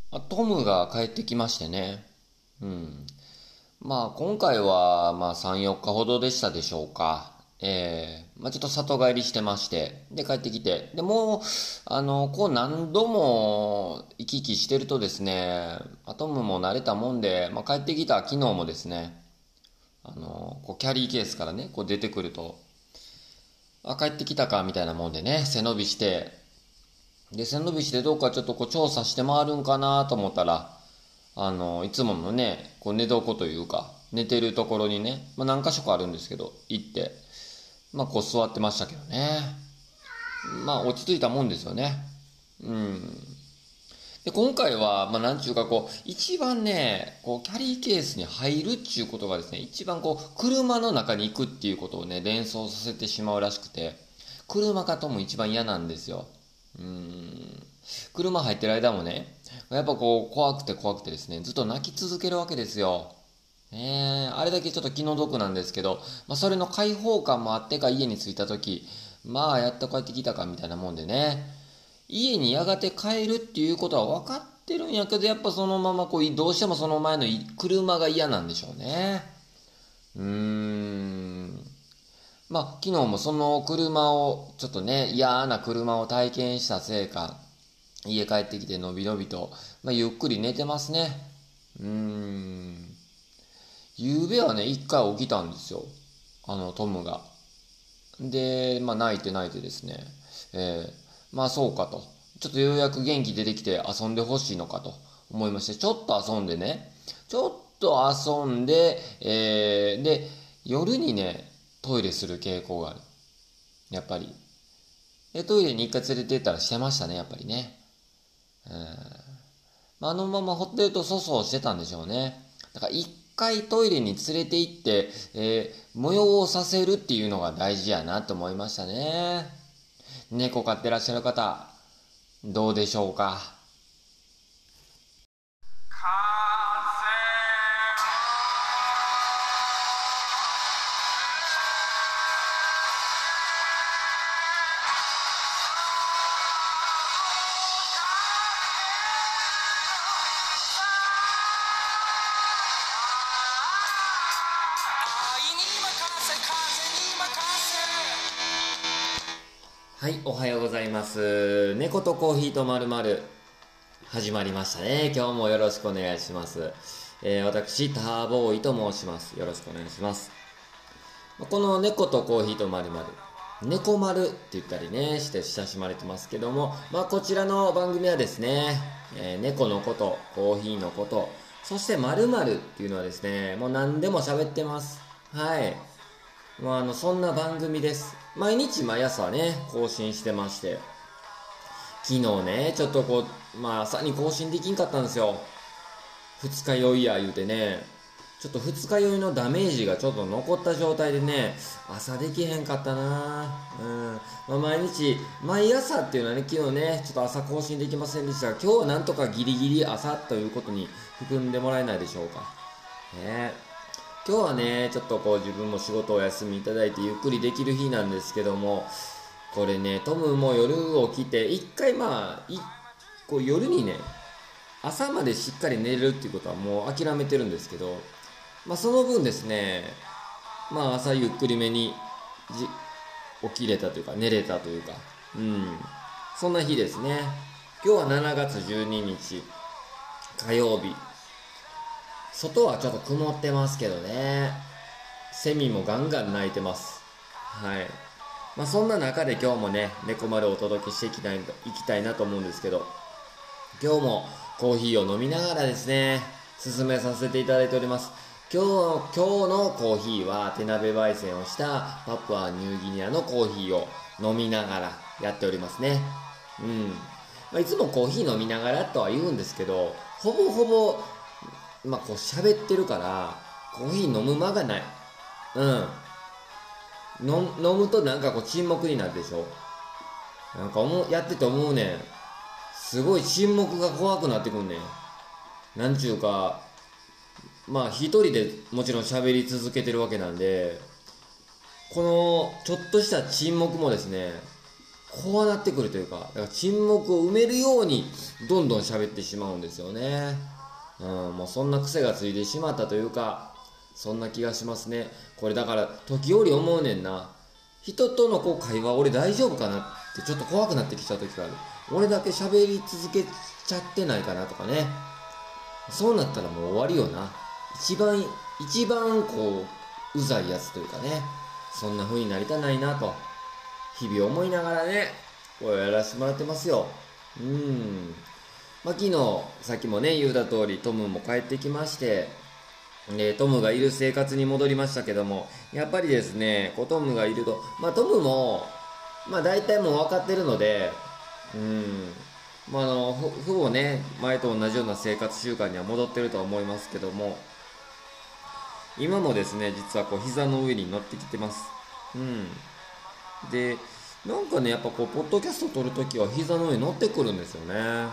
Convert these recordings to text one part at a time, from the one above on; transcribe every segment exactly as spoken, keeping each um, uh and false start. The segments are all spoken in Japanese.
あトムが帰ってきましてね。うん。まあ、今回は、まあ、さん、よっかほどでしたでしょうか。ええまあ、ちょっと里帰りしてまして、で、帰ってきて、で、もう、あの、こう何度も行き来してるとですね、まあトムも慣れたもんで、まあ、帰ってきた昨日もですね、あの、こう、キャリーケースからね、こう出てくると、あ、帰ってきたか、みたいなもんでね、背伸びして、で、背伸びしてどうかちょっとこう調査して回るんかなと思ったら、あの、いつものね、こう寝床というか、寝てるところにね、まあ何箇所かあるんですけど、行って、まあこう座ってましたけどね。まあ落ち着いたもんですよね。うん。で、今回は、まあなんちゅうかこう、一番ね、こうキャリーケースに入るっちゅうことがですね、一番こう、車の中に行くっていうことをね、連想させてしまうらしくて、車かとも一番嫌なんですよ。うーん。車入ってる間もね、やっぱこう、怖くて怖くてですね、ずっと泣き続けるわけですよ。ねえ、あれだけちょっと気の毒なんですけど、まあ、それの解放感もあってか家に着いた時、まあ、やっと帰ってきたかみたいなもんでね、家にやがて帰るっていうことは分かってるんやけど、やっぱそのままこう、どうしてもその前の車が嫌なんでしょうね。うーん。まあ、昨日もその車を、ちょっとね、嫌な車を体験したせいか、家帰ってきてのびのびと、まあ、ゆっくり寝てますね。うーん。昨べはね、一回起きたんですよ。あの、トムが。で、まあ、泣いて泣いてですね。えー、まあ、そうかと。ちょっとようやく元気出てきて遊んでほしいのかと思いまして、ちょっと遊んでね。ちょっと遊んで、えー、で、夜にね、トイレする傾向がある。やっぱり。で、トイレに一回連れて行ったらしてましたね、やっぱりね。うん。まあ、あのままほってると粗相してたんでしょうね。だから一回トイレに連れて行って、えー、催させるっていうのが大事やなと思いましたね。猫飼ってらっしゃる方、どうでしょうか。はい、おはようございます。猫とコーヒーとまるまる始まりましたね。今日もよろしくお願いします。えー、私、ターボーイと申します。よろしくお願いします。この猫とコーヒーとまるまる、猫丸って言ったりね、して親しまれてますけども、まあこちらの番組はですね、えー、猫のこと、コーヒーのこと、そしてまるまるっていうのはですね、もう何でも喋ってます。はい。もうあの、そんな番組です。毎日毎朝ね、更新してまして、昨日ね、ちょっとこう、まあ朝に更新できんかったんですよ。二日酔いや言うてね、ちょっと二日酔いのダメージがちょっと残った状態でね、朝できへんかったなうん。まあ、毎日、毎朝っていうのはね、昨日ね、ちょっと朝更新できませんでしたが、今日はなんとかギリギリ朝ということに含んでもらえないでしょうか。ね今日はね、ちょっとこう自分も仕事をお休みいただいてゆっくりできる日なんですけども、これね、トムも夜起きて、一回まあ、いこう夜にね、朝までしっかり寝れるっていうことはもう諦めてるんですけど、まあその分ですね、まあ朝ゆっくりめにじ起きれたというか寝れたというか、うん、そんな日ですね。今日はしちがつじゅうににち火曜日。外はちょっと曇ってますけどね。セミもガンガン鳴いてます。はい。まあそんな中で今日もね、猫丸をお届けしていきたい、いきたいなと思うんですけど、今日もコーヒーを飲みながらですね、進めさせていただいております。今日、今日のコーヒーは手鍋焙煎をしたパプアニューギニアのコーヒーを飲みながらやっておりますね。うん。まあ、いつもコーヒー飲みながらとは言うんですけど、ほぼほぼ、まあこう喋ってるから、コーヒー飲む間がない。うん。飲飲むとなんかこう沈黙になるでしょ。なんか思う、やってて思うねん。すごい沈黙が怖くなってくんねん。なんちゅうか、まあ一人でもちろん喋り続けてるわけなんで、このちょっとした沈黙もですね、 こうなってくるというか、だから沈黙を埋めるようにどんどん喋ってしまうんですよね。うん、もうそんな癖がついてしまったというか、そんな気がしますね。これだから時折思うねんな。人とのこう会話俺大丈夫かなってちょっと怖くなってきちゃう時がある。俺だけ喋り続けちゃってないかなとかね。そうなったらもう終わりよな。一番一番こううざいやつというかね、そんな風になりたないなと日々思いながらね、こうやらせてもらってますよ。うん。まあ、昨日さっきもね言うた通りトムも帰ってきまして、でトムがいる生活に戻りましたけども、やっぱりですねこうトムがいると、まあトムもまあ大体もう分かってるので、うんまああのほほぼね前と同じような生活習慣には戻ってるとは思いますけども、今もですね実はこう膝の上に乗ってきてます。うんでなんかねやっぱこうポッドキャスト撮るときは膝の上に乗ってくるんですよね。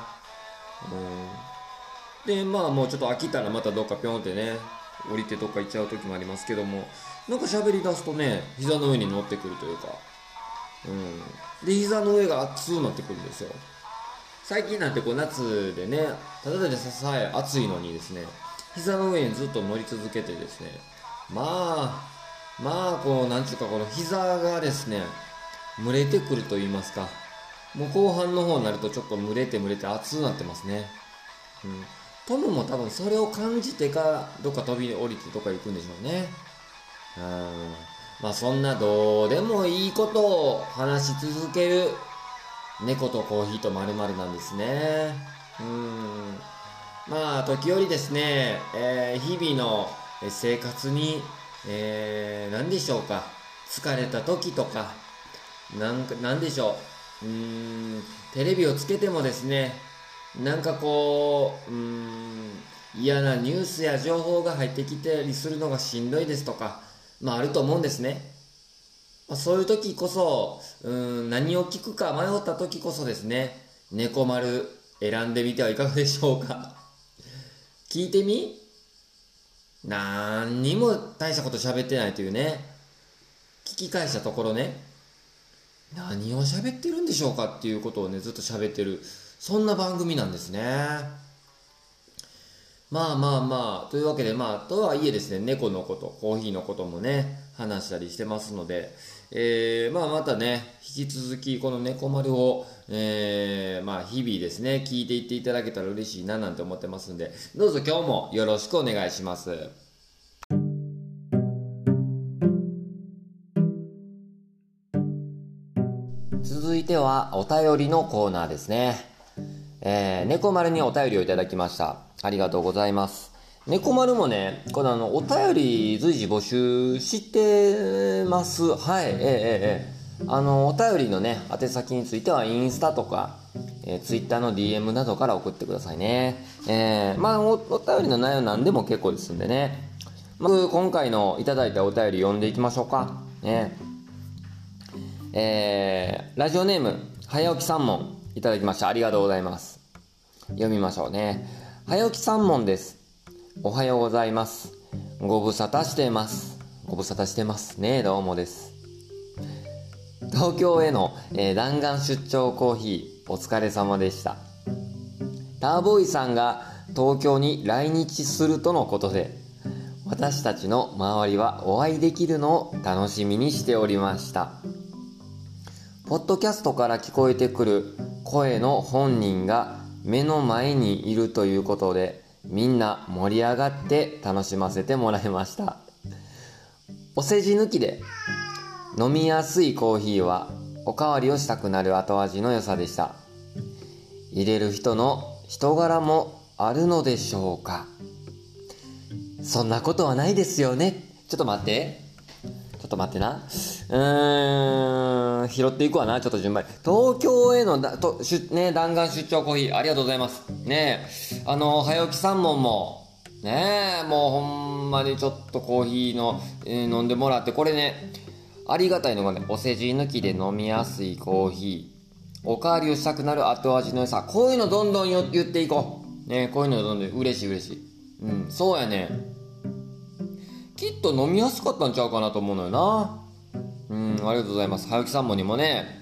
うんでまあもうちょっと飽きたらまたどっかピョンってね降りてどっか行っちゃう時もありますけども、なんか喋り出すとね膝の上に乗ってくるというか、うんで膝の上が熱くなってくるんですよ。最近なんてこう夏でねただでさえ暑いのにですね、膝の上にずっと乗り続けてですね、まあまあこうなんちゅうかこの膝がですね蒸れてくると言いますか、もう後半の方になるとちょっと蒸れて蒸れて熱くなってますね。うんトムも多分それを感じてからどっか飛び降りてどっか行くんでしょうね。うんまあそんなどうでもいいことを話し続ける猫とコーヒーとまるまるなんですね。うんまあ時折ですね、えー日々の生活に、えー何でしょうか、疲れた時とかなんかなんでしょう、うーんテレビをつけてもですね、なんかこう、うーん、嫌なニュースや情報が入ってきたりするのがしんどいですとか、まああると思うんですね。まあ、そういう時こそ、うーん、何を聞くか迷った時こそですね、猫丸選んでみてはいかがでしょうか。聞いてみなんにも大したこと喋ってないというね、聞き返したところね、何を喋ってるんでしょうかっていうことをね、ずっと喋ってる。そんな番組なんですね。まあまあまあ、というわけでまあ、とはいえですね、猫のこと、コーヒーのこともね、話したりしてますので、えー、まあまたね、引き続きこの猫丸を、えー、まあ日々ですね、聞いていっていただけたら嬉しいななんて思ってますんで、どうぞ今日もよろしくお願いします。続いてはお便りのコーナーですね。えー、猫丸にお便りをいただきました。ありがとうございます。猫丸もね、このあのお便り随時募集してます。はい、えー、えー、えー、あのお便りのね宛先についてはインスタとか、えー、ツイッターの ディーエム などから送ってくださいね。えー、まあお、お便りの内容なんでも結構ですんでね。まず今回のいただいたお便り読んでいきましょうか。ね。えー、ラジオネーム早起き三問いただきました。ありがとうございます。読みましょうね。早起き三問です。おはようございます。ご無沙汰してます。ご無沙汰してますね。どうもです。東京への、えー、弾丸出張コーヒーお疲れ様でした。ターボーイさんが東京に来日するとのことで、私たちの周りはお会いできるのを楽しみにしておりました。ポッドキャストから聞こえてくる声の本人が目の前にいるということで、みんな盛り上がって楽しませてもらいました。お世辞抜きで飲みやすいコーヒーはおかわりをしたくなる後味の良さでした。入れる人の人柄もあるのでしょうか。そんなことはないですよね。ちょっと待ってちょっと待ってな。うーん、拾っていくわな、ちょっと順番に。東京へのだとしゅ、ね、弾丸出張コーヒー、ありがとうございます。ねえ、あの、早起き三問も、ねえ、もうほんまにちょっとコーヒーの、えー飲んでもらって、これね、ありがたいのがね、お世辞抜きで飲みやすいコーヒー、おかわりをしたくなる後味の良さ、こういうのどんどんよ言っていこう。ねえ、こういうのどんどん嬉しい嬉しい。うん、そうやね。きっと飲みやすかったんちゃうかなと思うのよな。うん、ありがとうございます。はゆきさんもにもね、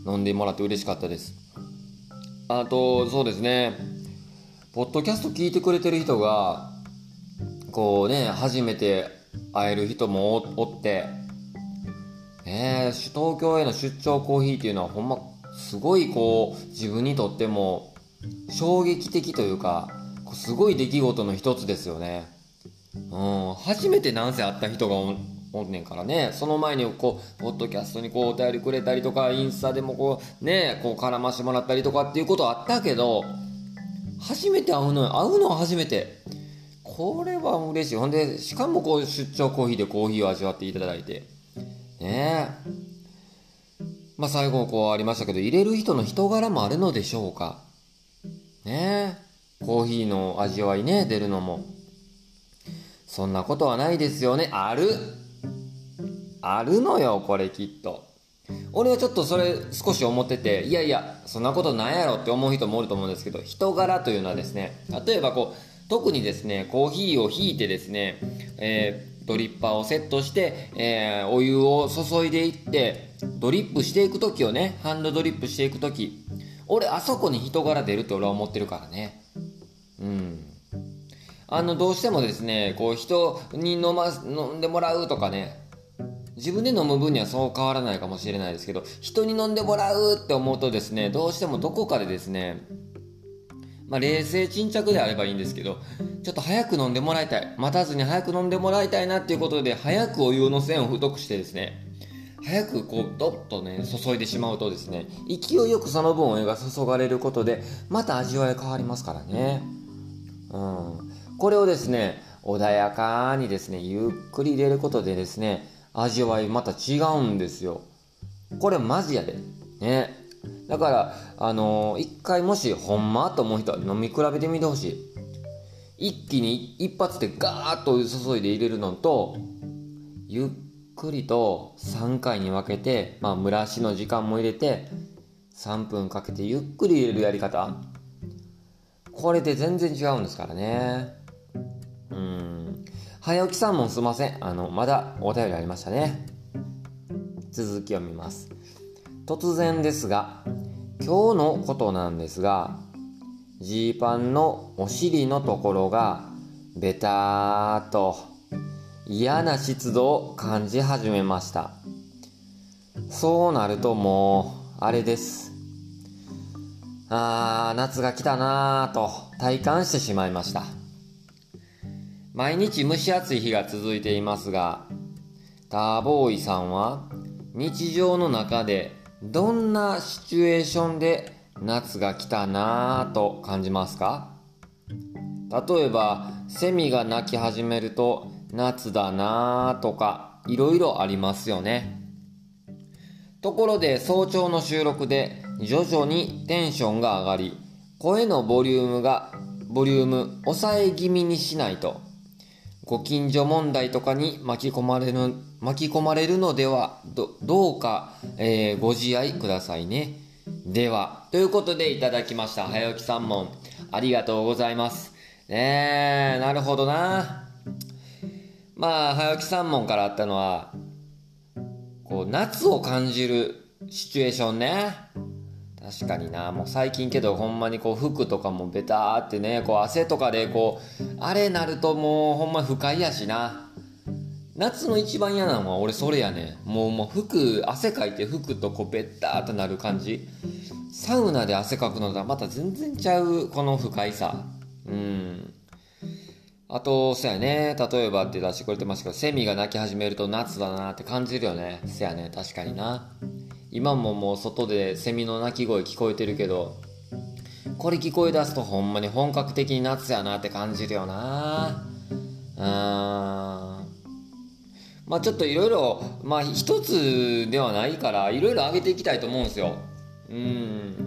飲んでもらって嬉しかったです。あとそうですね、ポッドキャスト聞いてくれてる人がこうね初めて会える人も お, おってね、東京への出張コーヒーっていうのはほんますごいこう自分にとっても衝撃的というかすごい出来事の一つですよね。うん、初めてなんせ会った人が お, おんねんからね。その前にこうポッドキャストにこうお便りくれたりとかインスタでもこうねこう絡ましてもらったりとかっていうことはあったけど、初めて会うのよ会うのは初めて。これは嬉しい。ほんでしかもこう出張コーヒーでコーヒーを味わっていただいてねえ、まあ最後こうありましたけど、入れる人の人柄もあるのでしょうかねえ。コーヒーの味わいね出るのもそんなことはないですよね。あるあるのよこれきっと。俺はちょっとそれ少し思ってて、いやいやそんなことないやろって思う人もおると思うんですけど、人柄というのはですね、例えばこう特にですねコーヒーをひいてですね、えー、ドリッパーをセットして、えー、お湯を注いでいってドリップしていく時をね、ハンドドリップしていく時、俺あそこに人柄出るって俺は思ってるからね。うんあのどうしてもですねこう人に飲ま飲んでもらうとかね、自分で飲む分にはそう変わらないかもしれないですけど、人に飲んでもらうって思うとですね、どうしてもどこかでですね、まあ冷静沈着であればいいんですけど、ちょっと早く飲んでもらいたい、待たずに早く飲んでもらいたいなっていうことで、早くお湯の線を太くしてですね、早くこうドッとね注いでしまうとですね、勢いよくその分お湯が注がれることでまた味わい変わりますからね。うん、これをですね穏やかにですねゆっくり入れることでですね、味わいまた違うんですよ。これマジやでね。だからあのー、一回もしほんまと思う人は飲み比べてみてほしい。一気に一発でガーッとお湯注いで入れるのと、ゆっくりとさんかいに分けて、まあ蒸らしの時間も入れてさんぷんかけてゆっくり入れるやり方、これで全然違うんですからね。うん。早起きさんもすいません。あの、まだお便りありましたね。続きを見ます。突然ですが、今日のことなんですが、ジーパンのお尻のところがベターっと嫌な湿度を感じ始めました。そうなるともう、あれです。あー、夏が来たなーと体感してしまいました。毎日蒸し暑い日が続いていますが、ターボーイさんは日常の中でどんなシチュエーションで夏が来たなぁと感じますか？例えばセミが鳴き始めると夏だなぁとかいろいろありますよね。ところで早朝の収録で徐々にテンションが上がり、声のボリュームがボリューム抑え気味にしないとご近所問題とかに巻き込まれる巻き込まれるのでは ど, どうか、えー、ご自愛くださいね。ではということでいただきました。早起き三問ありがとうございますね。えなるほどな。まあ早起き三問からあったのはこう夏を感じるシチュエーションね。確かにな。もう最近けどほんまにこう服とかもベターってね、こう汗とかでこうあれなるともうほんま不快やしな。夏の一番嫌なのは俺それやねん。もうもう服汗かいて服とこうベッターってなる感じ。サウナで汗かくのとはまた全然ちゃうこの不快さ。うん。あとそうやね、例えばって出してくれてましたけど、セミが鳴き始めると夏だなって感じるよね。そうやね、確かにな。今ももう外でセミの鳴き声聞こえてるけど、これ聞こえ出すとほんまに本格的に夏やなって感じるよな。うーん。まあちょっといろいろ、まあ一つではないからいろいろ上げていきたいと思うんですよ。うん。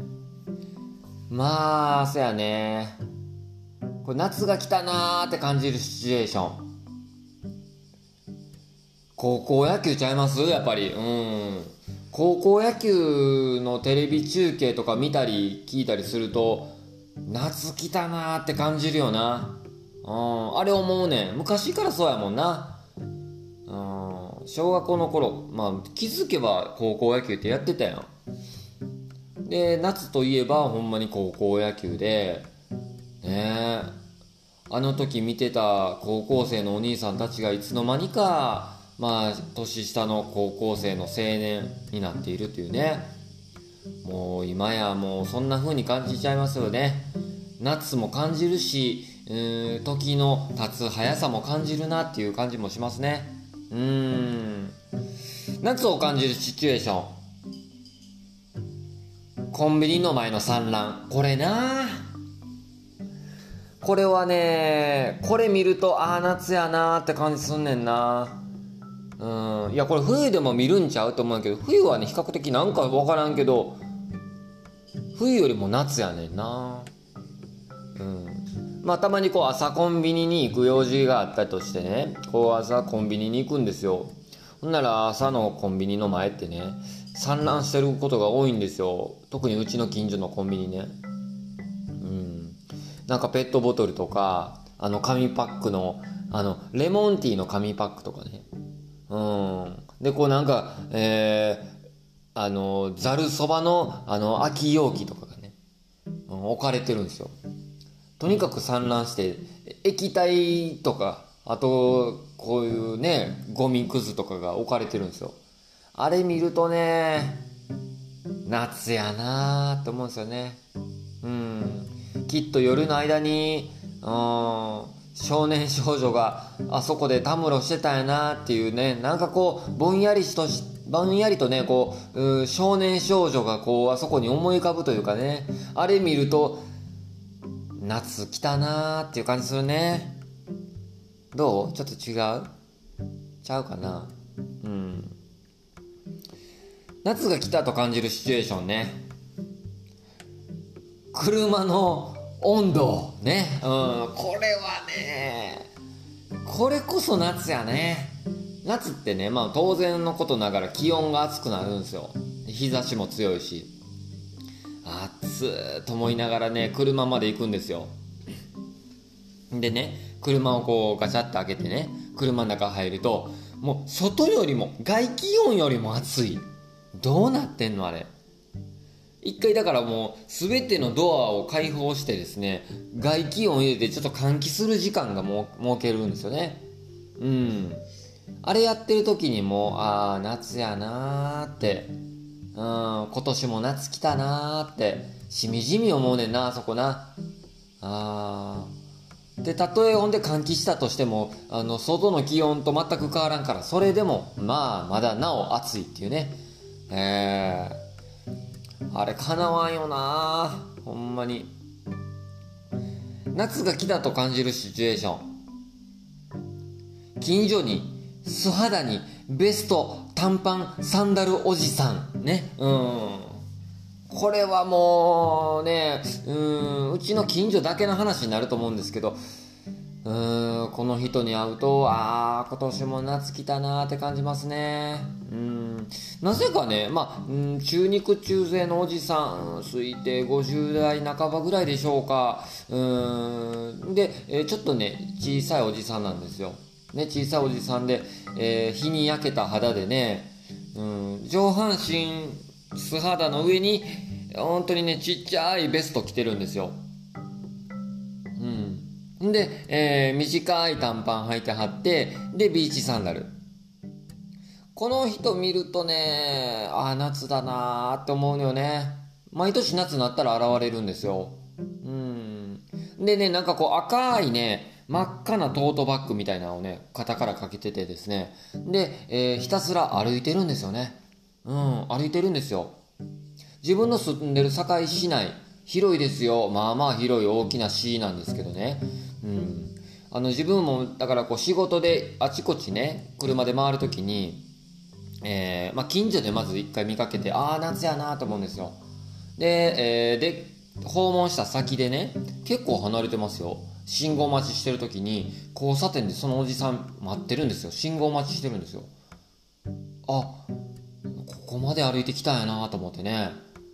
まあそうやね。これ夏が来たなーって感じるシチュエーション。高校野球ちゃいますやっぱり。うん。高校野球のテレビ中継とか見たり聞いたりすると夏来たなーって感じるよな。うん、あれ思うねん。昔からそうやもんな。うん、小学校の頃、まあ気づけば高校野球ってやってたよ。 で夏といえばほんまに高校野球でねえ、あの時見てた高校生のお兄さんたちがいつの間にかまあ年下の高校生の青年になっているというね。もう今やもうそんな風に感じちゃいますよね。夏も感じるし、うーん時の経つ速さも感じるなっていう感じもしますね。うーん夏を感じるシチュエーション、コンビニの前の産卵、これな、これはね、これ見るとああ夏やなーって感じすんねんな。うん、いやこれ冬でも見るんちゃうと思うけど、冬はね比較的なんか分からんけど冬よりも夏やねんな。うんまあたまにこう朝コンビニに行く用事があったとしてね、こう朝コンビニに行くんですよ。ほんなら朝のコンビニの前ってね産卵してることが多いんですよ。特にうちの近所のコンビニね。うんなんかペットボトルとかあの紙パックのあのレモンティーの紙パックとかね、うんでこうなんかえー、あのざるそばのあの空き容器とかがね、うん、置かれてるんですよ。とにかく散乱して液体とかあとこういうねゴミくずとかが置かれてるんですよ。あれ見るとね夏やなーって思うんですよね。うんきっと夜の間にうん少年少女があそこでたむろしてたんやなっていうね、なんかこうぼんやりとしぼんやりとねこう、う少年少女がこうあそこに思い浮かぶというかね、あれ見ると夏来たなーっていう感じするね。どう？ちょっと違う？ちゃうかな。うん夏が来たと感じるシチュエーションね、車の温度ね、うん、これはねこれこそ夏やね。夏ってねまあ当然のことながら気温が暑くなるんですよ。日差しも強いし暑ーと思いながらね車まで行くんですよ。でね車をこうガチャッと開けてね車の中入るともう外よりも外気温よりも暑い。どうなってんのあれ。一回だからもう全てのドアを開放してですね外気温入れてちょっと換気する時間がもう設けるんですよね。うんあれやってる時にもああ夏やなーって、うん、今年も夏来たなーってしみじみ思うねんなあそこな。あーでたとえほんで換気したとしてもあの外の気温と全く変わらんから、それでもまあまだなお暑いっていうね。えー、あれかなわんよなほんまに。夏が来たと感じるシチュエーション、近所に素肌にベスト短パンサンダルおじさんね。うんこれはもうねうんうちの近所だけの話になると思うんですけど、うーんこの人に会うとああ今年も夏来たなーって感じますね。うんなぜかねまあうん中肉中背のおじさん推定ごじゅう代半ばぐらいでしょうか。うんで、えーちょっとね小さいおじさんなんですよね。小さいおじさんで、えー日に焼けた肌でね、うん上半身素肌の上に本当にねちっちゃいベスト着てるんですよ。うんで、えー短い短パン履いてはってでビーチサンダル。この人見るとねああ夏だなーって思うのよね。毎年夏になったら現れるんですよ。うんでねなんかこう赤いね真っ赤なトートバッグみたいなのをね肩からかけててですねで、えーひたすら歩いてるんですよね。うん歩いてるんですよ。自分の住んでる堺市内広いですよ。まあまあ広い大きな市なんですけどね。うんあの自分もだからこう仕事であちこちね車で回るときに、えーまあ、近所でまず一回見かけてああ夏やなと思うんですよ。で,、えーで訪問した先でね結構離れてますよ。信号待ちしてるときに交差点でそのおじさん待ってるんですよ。信号待ちしてるんですよ。あここまで歩いてきたんやなと思ってね。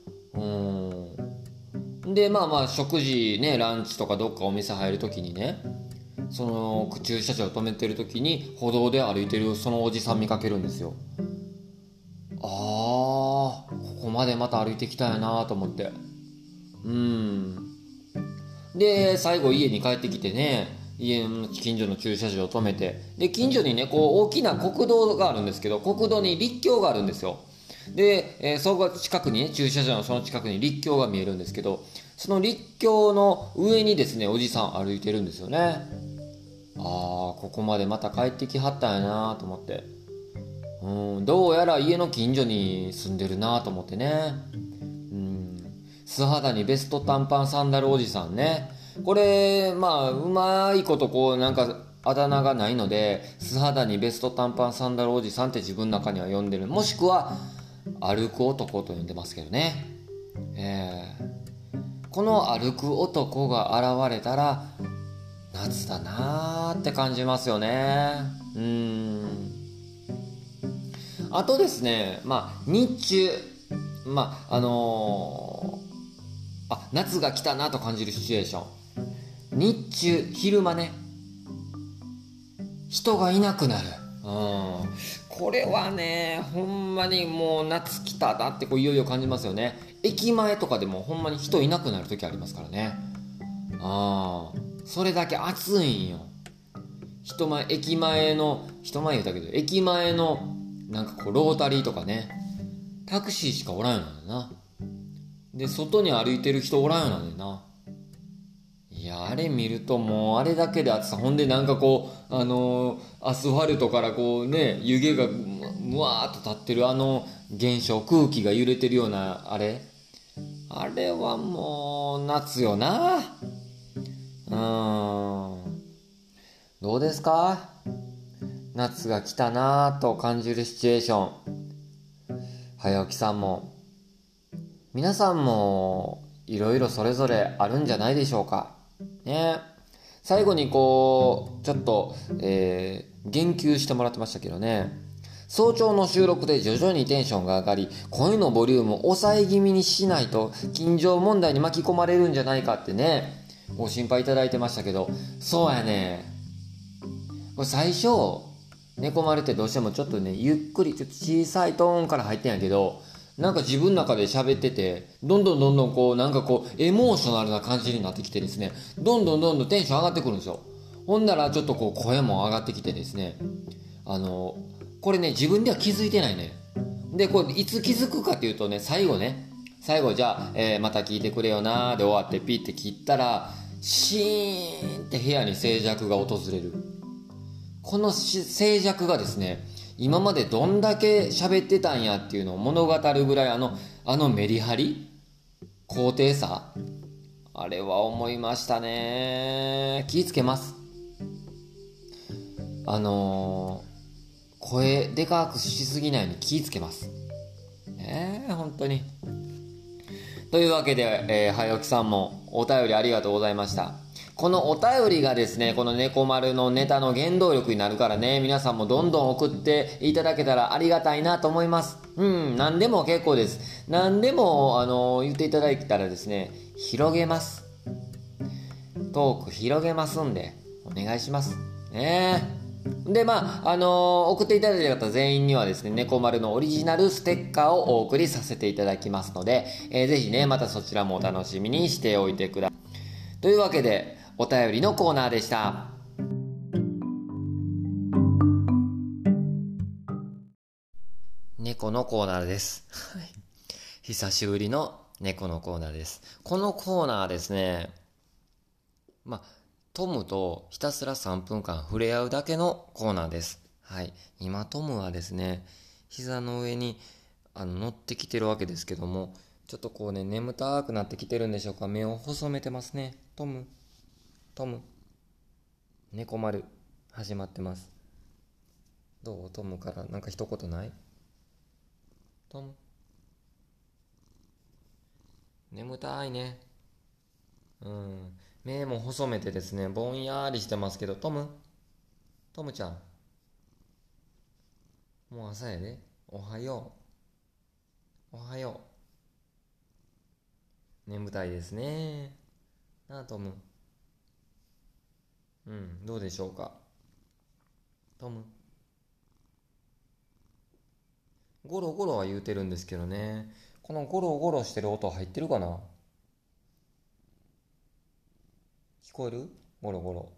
うんでまあまあ食事ねランチとかどっかお店入るときにねその駐車場を止めてるときに歩道で歩いてるそのおじさん見かけるんですよ。 あここまでまた歩いてきたんやなと思って。うんで最後家に帰ってきてね、家の近所の駐車場を止めて、で近所にねこう大きな国道があるんですけど、国道に陸橋があるんですよ。で、えー、そこ近くにね、駐車場のその近くに陸橋が見えるんですけど、その陸橋の上にですねおじさん歩いてるんですよね。ああここまでまた帰ってきはったんやなと思って、うんどうやら家の近所に住んでるなと思ってね。うん素肌にベスト短パンサンダルおじさんね。これまあうまいことこうなんかあだ名がないので、素肌にベスト短パンサンダルおじさんって自分の中には呼んでる、もしくは歩く男と呼んでますけどね。えー、この歩く男が現れたら夏だなーって感じますよね。うーんあとですね、まあ日中、まああのーあ夏が来たなと感じるシチュエーション、日中昼間ね、人がいなくなる。うん、これはねほんまにもう夏来たなってこういよいよ感じますよね。駅前とかでもほんまに人いなくなる時ありますからね。あそれだけ暑いんよ。人前駅前の人前言うたけど駅前のなんかこうロータリーとかね、タクシーしかおらんようなんだな。で外に歩いてる人おらんようなんだよな。いやあれ見るともうあれだけで暑さ、ほんでなんかこうあのーアスファルトからこうね湯気がむわーっと立ってるあの現象、空気が揺れてるようなあれ、あれはもう夏よな。うーんどうですか、夏が来たなぁと感じるシチュエーション。早起きさんも皆さんもいろいろそれぞれあるんじゃないでしょうかね。最後にこうちょっと、えー言及してもらってましたけどね、早朝の収録で徐々にテンションが上がり声のボリュームを抑え気味にしないと近所問題に巻き込まれるんじゃないかってねご心配いただいてましたけど、そうやね、これ最初猫丸ってどうしてもちょっとねゆっくりちょっと小さいトーンから入ってんやけど、なんか自分の中で喋っててどんどんどんどんこうなんかこうエモーショナルな感じになってきてですね、どんどんどんどんテンション上がってくるんですよ。ほんならちょっとこう声も上がってきてですね、あのこれね自分では気づいてないね。でこれいつ気づくかっていうとね、最後ね最後じゃあ、えーまた聞いてくれよなーで終わってピッて切ったらシーンって部屋に静寂が訪れる。この静寂がですね今までどんだけ喋ってたんやっていうのを物語るぐらい、あのあのメリハリ、高低差、あれは思いましたね。気ぃつけます。あのー声でかくしすぎないように気ぃつけますねえ本当に。というわけで、えー、早起きさんもお便りありがとうございました。このお便りがですね、この猫丸のネタの原動力になるからね、皆さんもどんどん送っていただけたらありがたいなと思います。うん、何でも結構です。何でも、あのー言っていただいたらですね、広げます。トーク広げますんで、お願いします。ねえ。で、まあ、あのー送っていただいた方全員にはですね、猫丸のオリジナルステッカーをお送りさせていただきますので、えーぜひね、またそちらもお楽しみにしておいてください。というわけで、お便りのコーナーでした。猫のコーナーです。久しぶりの猫のコーナーです。このコーナーですね、まあ、トムとひたすらさんぷんかん触れ合うだけのコーナーです。はい。今トムはですね、膝の上にあの乗ってきてるわけですけども、ちょっとこうね、眠たくなってきてるんでしょうか。目を細めてますね。トム、トム、猫丸、始まってます。どうトムからなんか一言ない？トム、眠たいね。うん。目も細めてですね、ぼんやりしてますけど、トム、トムちゃん、もう朝やで。おはよう。おはよう。眠たいですね。なあ、トム。うん、どうでしょうか。トム。 ゴロゴロは言うてるんですけどね。このゴロゴロしてる音入ってるかな？聞こえる？ゴロゴロ。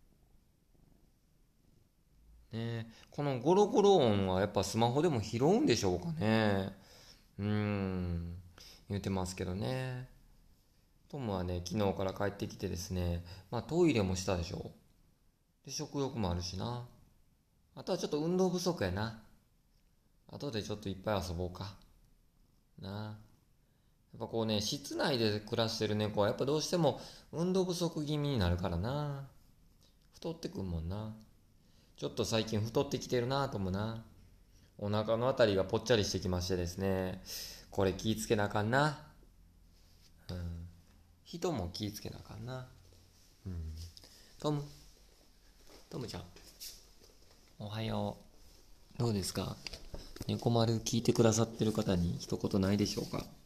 ね、このゴロゴロ音はやっぱスマホでも拾うんでしょうかね。うーん、言うてますけどね。トムはね、昨日から帰ってきてですね、まあトイレもしたでしょ。で、食欲もあるしな。あとはちょっと運動不足やな。後でちょっといっぱい遊ぼうか。なあ。やっぱこうね、室内で暮らしてる猫はやっぱどうしても運動不足気味になるからな。太ってくんもんな。ちょっと最近太ってきてるなと思うな。お腹のあたりがぽっちゃりしてきましてですね。これ気ぃつけなあかんな。うん。人も気ぃつけなあかんな。うん。トム、トムちゃん、おはよう。どうですか？猫丸聞いてくださってる方に一言ないでしょうか？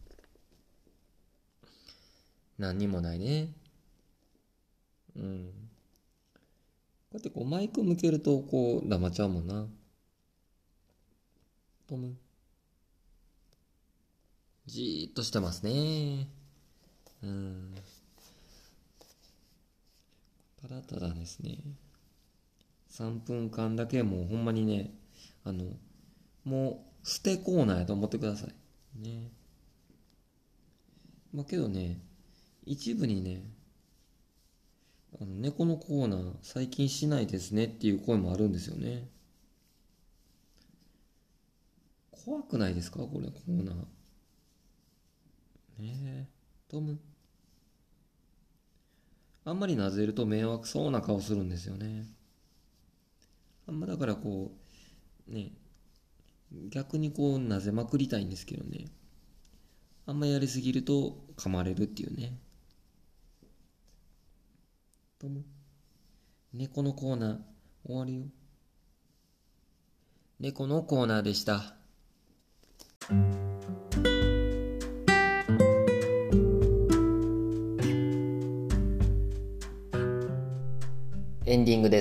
何にもないね。うん。こうやってこうマイク向けるとこう黙っちゃうもんな。トム。じーっとしてますね。うん。ただただですね。さんぷんかんだけもうほんまにね、あの、もう捨てコーナーやと思ってください。ね。まあけどね、一部にね、あの猫のコーナー最近しないですねっていう声もあるんですよね。怖くないですかこれコーナー。ねえ。トム。あんまりなぜると迷惑そうな顔するんですよね。あんまだからこう、ね、逆にこうなぜまくりたいんですけどね。あんまやりすぎると噛まれるっていうね。トム。猫のコーナー終わるよ。猫のコーナーでした。エンディングです。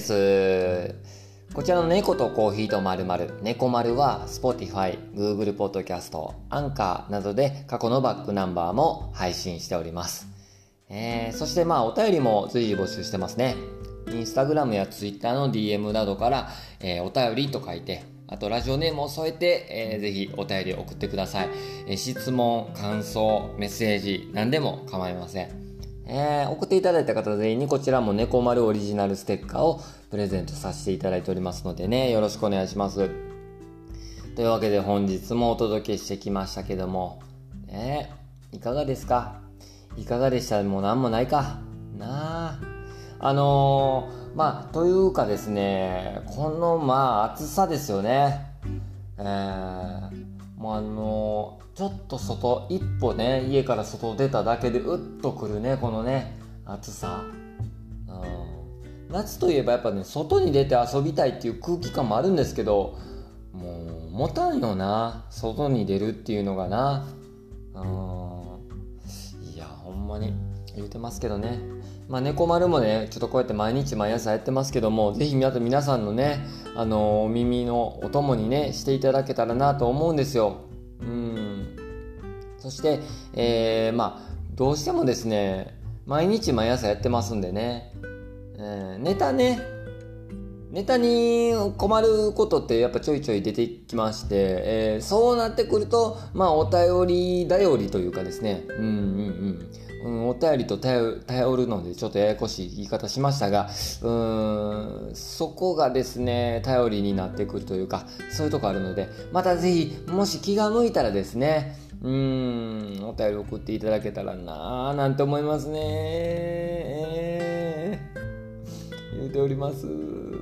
こちらの猫とコーヒーとまるまる、猫丸は Spotify、Google Podcast、Anchor などで過去のバックナンバーも配信しております。えー、そしてまあお便りも随時募集してますね。インスタグラムやツイッターの ディーエム などから、えー、お便りと書いて、あとラジオネームを添えて、えー、ぜひお便り送ってください。えー、質問、感想、メッセージ、何でも構いません。えー、送っていただいた方全員にこちらも猫丸オリジナルステッカーをプレゼントさせていただいておりますのでね、よろしくお願いします。というわけで本日もお届けしてきましたけども、ね、いかがですか？いかがでした？もうなんもないかなあ。あのー、まあというかですね、このまあ暑さですよね。えー、もうあのー、ちょっと外一歩ね、家から外出ただけでうっとくるね、このね暑さ。うん、夏といえばやっぱね、外に出て遊びたいっていう空気感もあるんですけど、もう持たんよな、外に出るっていうのがな。うん、いやほんまに言うてますけどね。まあ猫丸もね、ちょっとこうやって毎日毎朝やってますけども、ぜひ皆皆さんのね、あのー、耳のお供にねしていただけたらなと思うんですよ。うん。そして、えー、まあどうしてもですね、毎日毎朝やってますんでね、えー、ネタね、ネタに困ることってやっぱちょいちょい出てきまして、えー、そうなってくると、まあお便り頼りというかですね、うんうんうん、うん、お便りと頼、頼るのでちょっとややこしい言い方しましたが、うーん、そこがですね、頼りになってくるというか、そういうとこあるので、またぜひ、もし気が向いたらですね、うーん、お便り送っていただけたらなぁ、なんて思いますね。えー、言うております。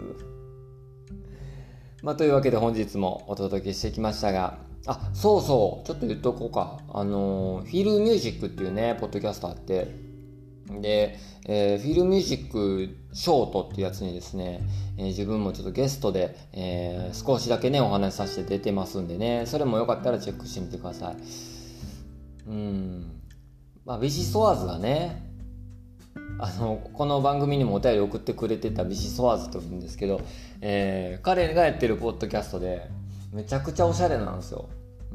まあ、というわけで本日もお届けしてきましたが、あ、そうそう、ちょっと言っとこうか。あのー、フィルミュージックっていうね、ポッドキャストあって、で、えー、フィルミュージックショートっていうやつにですね、えー、自分もちょっとゲストで、えー、少しだけね、お話しさせて出てますんでね、それもよかったらチェックしてみてください。うん。まあ、ビシソワーズがね、あのこの番組にもお便り送ってくれてたビシソワーズというんですけど、えー、彼がやってるポッドキャストで、 めちゃくちゃおしゃれなんですよ、うん、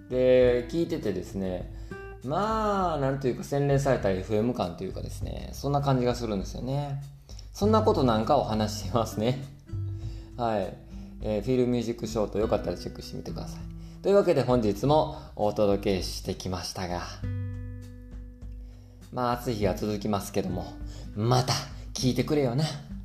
で聞いててですね、まあなんというか洗練された エフエム 感というかですね、そんな感じがするんですよね。そんなことなんかを話していますねはい、えー、フィルミュージックショート、よかったらチェックしてみてください。というわけで本日もお届けしてきましたが、まあ暑い日が続きますけども、また聞いてくれよな。